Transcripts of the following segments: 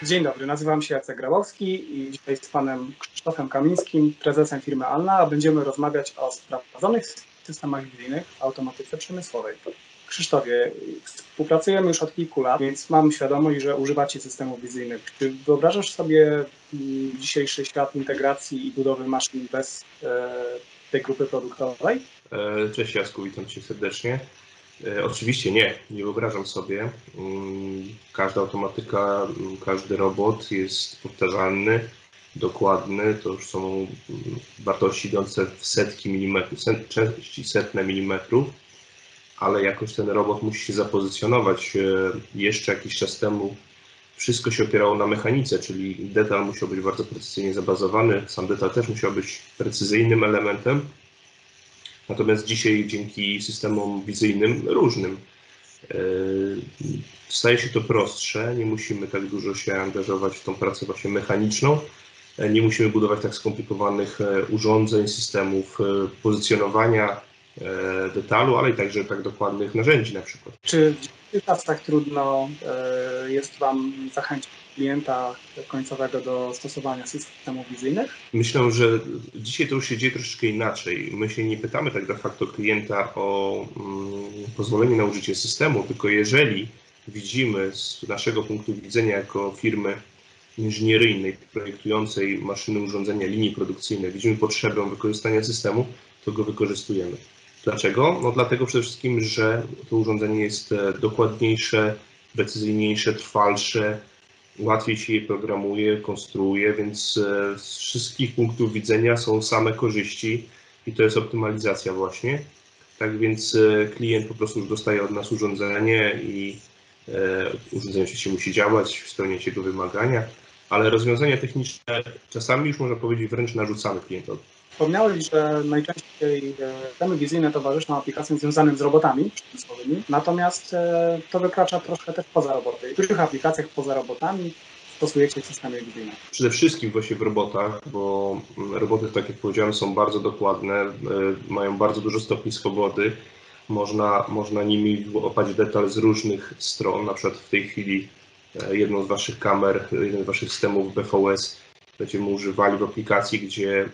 Dzień dobry, nazywam się Jacek Grabowski i dzisiaj z panem Krzysztofem Kamińskim, prezesem firmy Alna, będziemy rozmawiać o sprawdzonych systemach wizyjnych w automatyce przemysłowej. Krzysztofie, współpracujemy już od kilku lat, więc mam świadomość, że używacie systemów wizyjnych. Czy wyobrażasz sobie dzisiejszy świat integracji i budowy maszyn bez tej grupy produktowej? Cześć Jacku, witam Cię serdecznie. Oczywiście nie wyobrażam sobie. Każda automatyka, każdy robot jest powtarzalny, dokładny. To już są wartości idące w setki milimetrów, części setne milimetrów, ale jakoś ten robot musi się zapozycjonować. Jeszcze jakiś czas temu wszystko się opierało na mechanice, czyli detal musiał być bardzo precyzyjnie zabazowany, sam detal też musiał być precyzyjnym elementem. Natomiast dzisiaj dzięki systemom wizyjnym różnym staje się to prostsze, nie musimy tak dużo się angażować w tą pracę właśnie mechaniczną, nie musimy budować tak skomplikowanych urządzeń, systemów pozycjonowania detalu, ale i także tak dokładnych narzędzi na przykład. Czy w dzisiejszych czasach trudno jest Wam zachęcić klienta końcowego do stosowania systemów wizyjnych? Myślę, że dzisiaj to już się dzieje troszeczkę inaczej. My się nie pytamy tak de facto klienta o pozwolenie na użycie systemu, tylko jeżeli widzimy z naszego punktu widzenia jako firmy inżynieryjnej projektującej maszyny, urządzenia, linie produkcyjne, widzimy potrzebę wykorzystania systemu, to go wykorzystujemy. Dlaczego? No dlatego przede wszystkim, że to urządzenie jest dokładniejsze, precyzyjniejsze, trwalsze, łatwiej się je programuje, konstruuje, więc z wszystkich punktów widzenia są same korzyści i to jest optymalizacja właśnie. Tak więc klient po prostu już dostaje od nas urządzenie i urządzenie oczywiście musi działać, spełniać jego wymagania, ale rozwiązania techniczne czasami już można powiedzieć wręcz narzucamy klientowi. Wspomniałeś, że najczęściej systemy wizyjne towarzyszą aplikacjom związanym z robotami przemysłowymi, natomiast to wykracza troszkę też poza roboty. W których aplikacjach poza robotami stosujecie systemy wizyjne? Przede wszystkim właśnie w robotach, bo roboty, tak jak powiedziałem, są bardzo dokładne, mają bardzo dużo stopni swobody. Można nimi łapać detal z różnych stron, na przykład w tej chwili jedną z Waszych kamer, jeden z Waszych systemów BVS będziemy używali w aplikacji, gdzie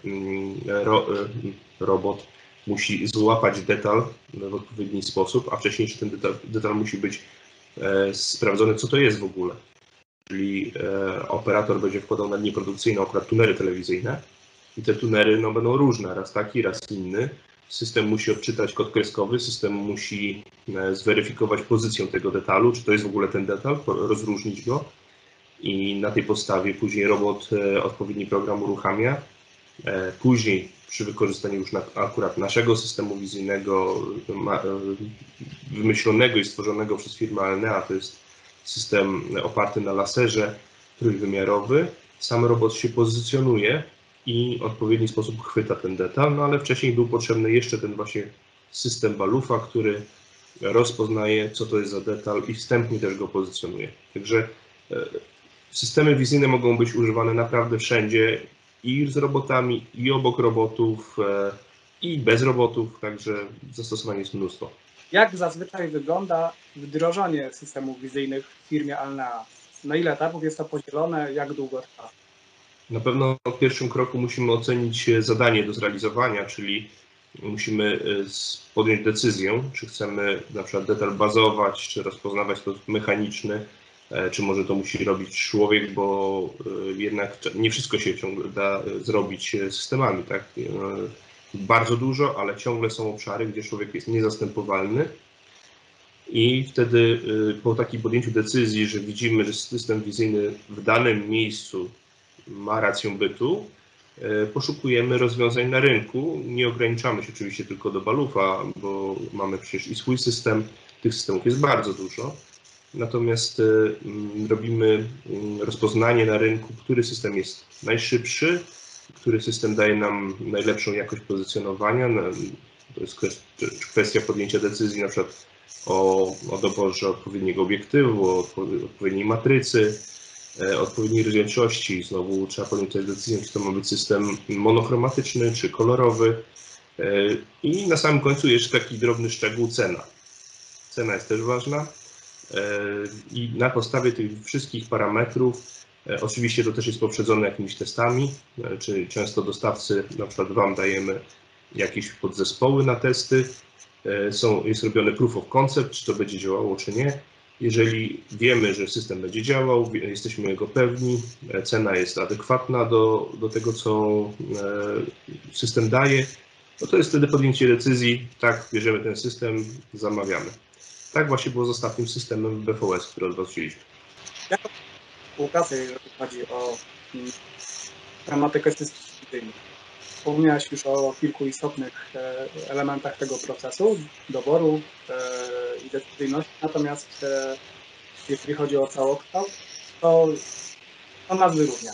robot musi złapać detal w odpowiedni sposób, a wcześniej ten detal musi być sprawdzony, co to jest w ogóle. Czyli operator będzie wkładał na linie produkcyjne akurat tunery telewizyjne i te tunery będą różne, raz taki, raz inny. System musi odczytać kod kreskowy, system musi zweryfikować pozycję tego detalu, czy to jest w ogóle ten detal, rozróżnić go i na tej podstawie później robot odpowiedni program uruchamia. Później przy wykorzystaniu już akurat naszego systemu wizyjnego wymyślonego i stworzonego przez firmę Alnea, to jest system oparty na laserze trójwymiarowy, sam robot się pozycjonuje i w odpowiedni sposób chwyta ten detal, ale wcześniej był potrzebny jeszcze ten właśnie system Balufa, który rozpoznaje, co to jest za detal i wstępnie też go pozycjonuje. Także systemy wizyjne mogą być używane naprawdę wszędzie i z robotami, i obok robotów, i bez robotów, także zastosowań jest mnóstwo. Jak zazwyczaj wygląda wdrożenie systemów wizyjnych w firmie Alnea? Na ile etapów jest to podzielone, jak długo trwa? Na pewno w pierwszym kroku musimy ocenić zadanie do zrealizowania, czyli musimy podjąć decyzję, czy chcemy na przykład detal bazować, czy rozpoznawać w sposób mechaniczny, czy może to musi robić człowiek, bo jednak nie wszystko się ciągle da zrobić systemami, tak? Bardzo dużo, ale ciągle są obszary, gdzie człowiek jest niezastępowalny i wtedy po takim podjęciu decyzji, że widzimy, że system wizyjny w danym miejscu ma rację bytu, poszukujemy rozwiązań na rynku. Nie ograniczamy się oczywiście tylko do Balufa, bo mamy przecież i swój system, tych systemów jest bardzo dużo. Natomiast robimy rozpoznanie na rynku, który system jest najszybszy, który system daje nam najlepszą jakość pozycjonowania. To jest kwestia podjęcia decyzji na przykład o doborze odpowiedniego obiektywu, o odpowiedniej matrycy, odpowiedniej rozdzielczości. Znowu trzeba podjąć decyzję, czy to ma być system monochromatyczny, czy kolorowy. I na samym końcu jeszcze taki drobny szczegół, cena. Cena jest też ważna i na podstawie tych wszystkich parametrów Oczywiście to też jest poprzedzone jakimiś testami, czy często dostawcy, na przykład Wam dajemy jakieś podzespoły na testy, jest robiony proof of concept, czy to będzie działało, czy nie. Jeżeli wiemy, że system będzie działał, jesteśmy jego pewni, cena jest adekwatna do tego, co system daje, no to jest wtedy podjęcie decyzji, tak, bierzemy ten system, zamawiamy. Tak właśnie było z ostatnim systemem BVS, który od Was wzięliśmy. Jaka współpraca, jeżeli chodzi o tematykę systemów? Wspomniałeś już o kilku istotnych elementach tego procesu, doboru i decyzyjności, natomiast jeżeli chodzi o całokształt, to nas wyróżnia.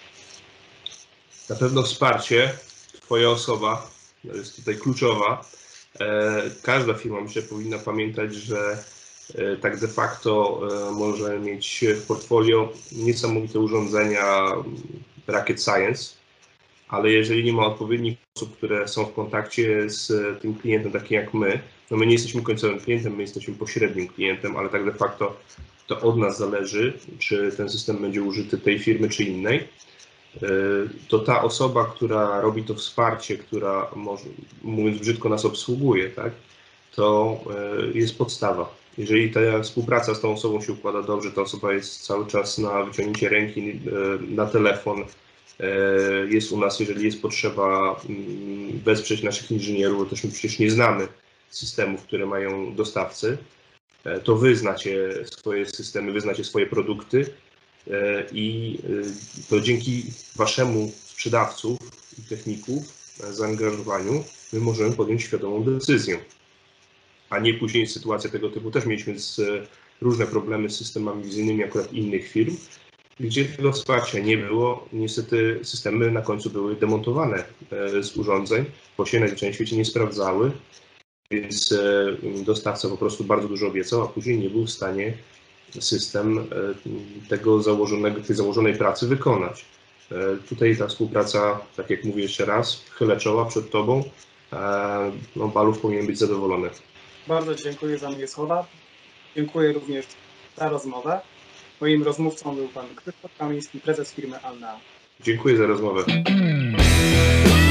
Na pewno wsparcie, Twoja osoba jest tutaj kluczowa. Każda firma, myślę, powinna pamiętać, że tak de facto może mieć w portfolio niesamowite urządzenia rocket science, ale jeżeli nie ma odpowiednich osób, które są w kontakcie z tym klientem, takim jak my, no my nie jesteśmy końcowym klientem, my jesteśmy pośrednim klientem, ale tak de facto to od nas zależy, czy ten system będzie użyty tej firmy, czy innej, to ta osoba, która robi to wsparcie, która, mówiąc brzydko, nas obsługuje, tak, to jest podstawa. Jeżeli ta współpraca z tą osobą się układa dobrze, ta osoba jest cały czas na wyciągnięcie ręki, na telefon, jest u nas, jeżeli jest potrzeba wesprzeć naszych inżynierów, bo też my przecież nie znamy systemów, które mają dostawcy, to wy znacie swoje systemy, wy znacie swoje produkty i to dzięki waszemu sprzedawców i techników zaangażowaniu my możemy podjąć świadomą decyzję, a nie później sytuacja tego typu. Też mieliśmy różne problemy z systemami wizyjnymi akurat innych firm, gdzie tego wsparcia nie było. Niestety systemy na końcu były demontowane z urządzeń, bo się najzwyczajniej w świecie nie sprawdzały, więc dostawca po prostu bardzo dużo obiecał, a później nie był w stanie system tej założonej pracy wykonać. Tutaj ta współpraca, tak jak mówię jeszcze raz, chylę czoła przed Tobą, no, Balów powinien być zadowolony. Bardzo dziękuję za moje słowa. Dziękuję również za rozmowę. Moim rozmówcą był pan Krzysztof Kamiński, prezes firmy Alna. Dziękuję za rozmowę.